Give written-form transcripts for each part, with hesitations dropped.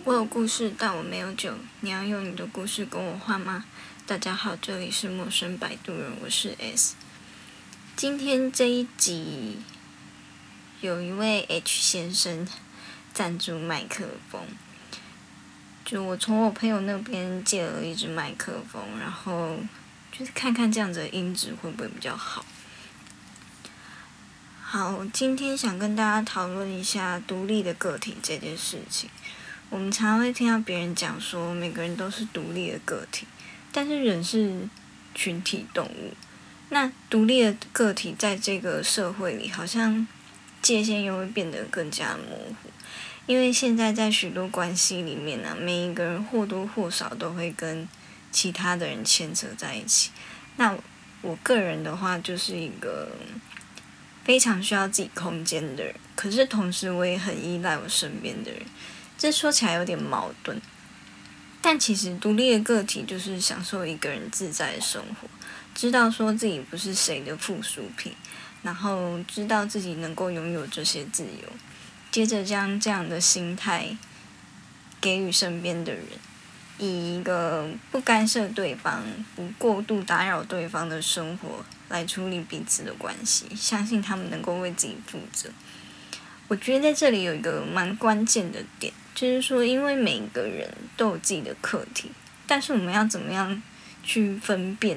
我有故事，但我没有酒。你要用你的故事跟我换吗？大家好，这里是陌生摆渡人，我是 S。今天这一集有一位 H 先生赞助麦克风，就我从我朋友那边借了一支麦克风，然后就是看看这样子的音质会不会比较好。好，今天想跟大家讨论一下独立的个体这件事情。我们常常会听到别人讲说，每个人都是独立的个体，但是人是群体动物。那独立的个体在这个社会里，好像界限又会变得更加模糊。因为现在在许多关系里面呢，每一个人或多或少都会跟其他的人牵扯在一起。那我个人的话，就是一个非常需要自己空间的人，可是同时我也很依赖我身边的人。这说起来有点矛盾，但其实独立的个体就是享受一个人自在的生活，知道说自己不是谁的附属品，然后知道自己能够拥有这些自由，接着将这样的心态给予身边的人，以一个不干涉对方、不过度打扰对方的生活来处理彼此的关系，相信他们能够为自己负责。我觉得在这里有一个蛮关键的点，就是说，因为每个人都有自己的课题，但是我们要怎么样去分辨？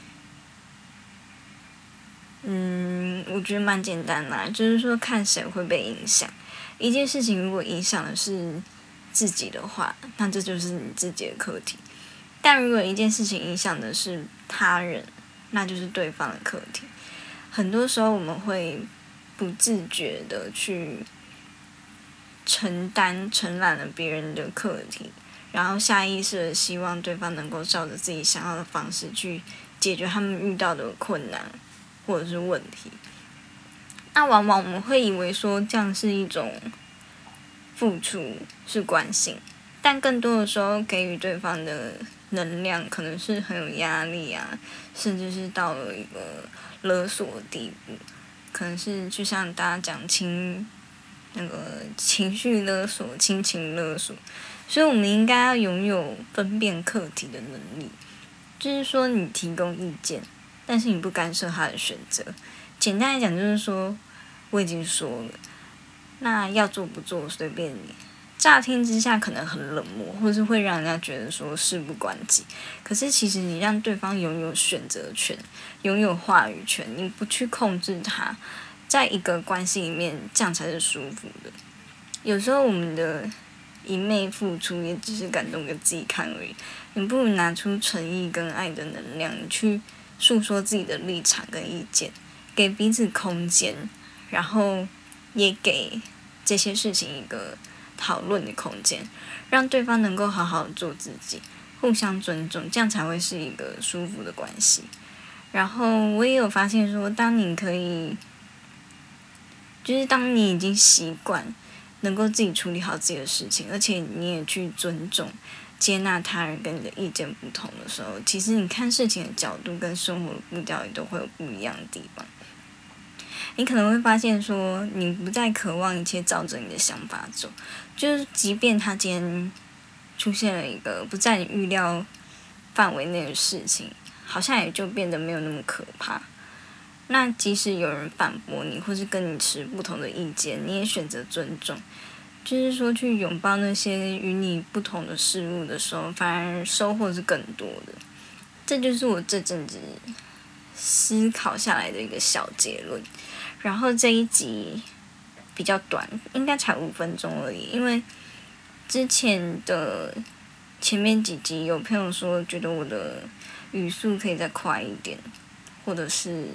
我觉得蛮简单啦，就是说看谁会被影响。一件事情如果影响的是自己的话，那这就是你自己的课题；但如果一件事情影响的是他人，那就是对方的课题。很多时候我们会不自觉的去承揽了别人的课题，然后下意识的希望对方能够照着自己想要的方式去解决他们遇到的困难或者是问题。那往往我们会以为说这样是一种付出，是关心，但更多的时候给予对方的能量可能是很有压力啊，甚至是到了一个勒索的地步，可能是就像大家讲那个情绪勒索、亲情勒索，所以我们应该要拥有分辨课题的能力，就是说你提供意见，但是你不干涉他的选择。简单来讲就是说，我已经说了，那要做不做随便你。乍听之下可能很冷漠，或是会让人家觉得说事不关己。可是其实你让对方拥有选择权，拥有话语权，你不去控制他，在一个关系里面，这样才是舒服的。有时候我们的一昧付出，也只是感动给自己看而已。你不如拿出诚意跟爱的能量，你去诉说自己的立场跟意见，给彼此空间，然后也给这些事情一个讨论的空间，让对方能够好好做自己，互相尊重，这样才会是一个舒服的关系。然后我也有发现说，当你可以，就是当你已经习惯能够自己处理好自己的事情，而且你也去尊重、接纳他人跟你的意见不同的时候，其实你看事情的角度跟生活的步调也都会有不一样的地方。你可能会发现说，你不再渴望一切照着你的想法走，就是即便他今天出现了一个不在你预料范围内的事情，好像也就变得没有那么可怕。那即使有人反驳你，或是跟你持不同的意见，你也选择尊重，就是说去拥抱那些与你不同的事物的时候，反而收获是更多的。这就是我这阵子思考下来的一个小结论。然后这一集比较短，应该才5分钟而已，因为之前的前面几集有朋友说觉得我的语速可以再快一点，或者是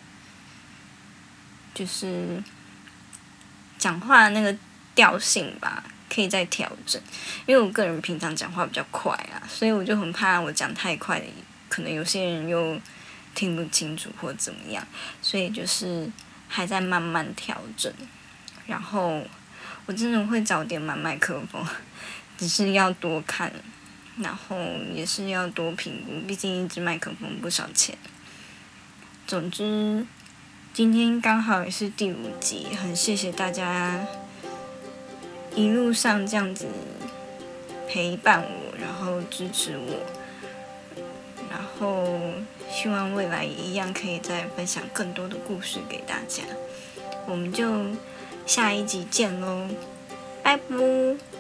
就是讲话的那个调性吧，可以再调整。因为我个人平常讲话比较快啊，所以我就很怕我讲太快，可能有些人又听不清楚或怎么样，所以就是还在慢慢调整。然后我真的会早点买麦克风，只是要多看，然后也是要多评估，毕竟一支麦克风不少钱。总之，今天刚好也是第5集，很谢谢大家一路上这样子陪伴我，然后支持我，然后希望未来也一样可以再分享更多的故事给大家。我们就下一集见喽，拜拜。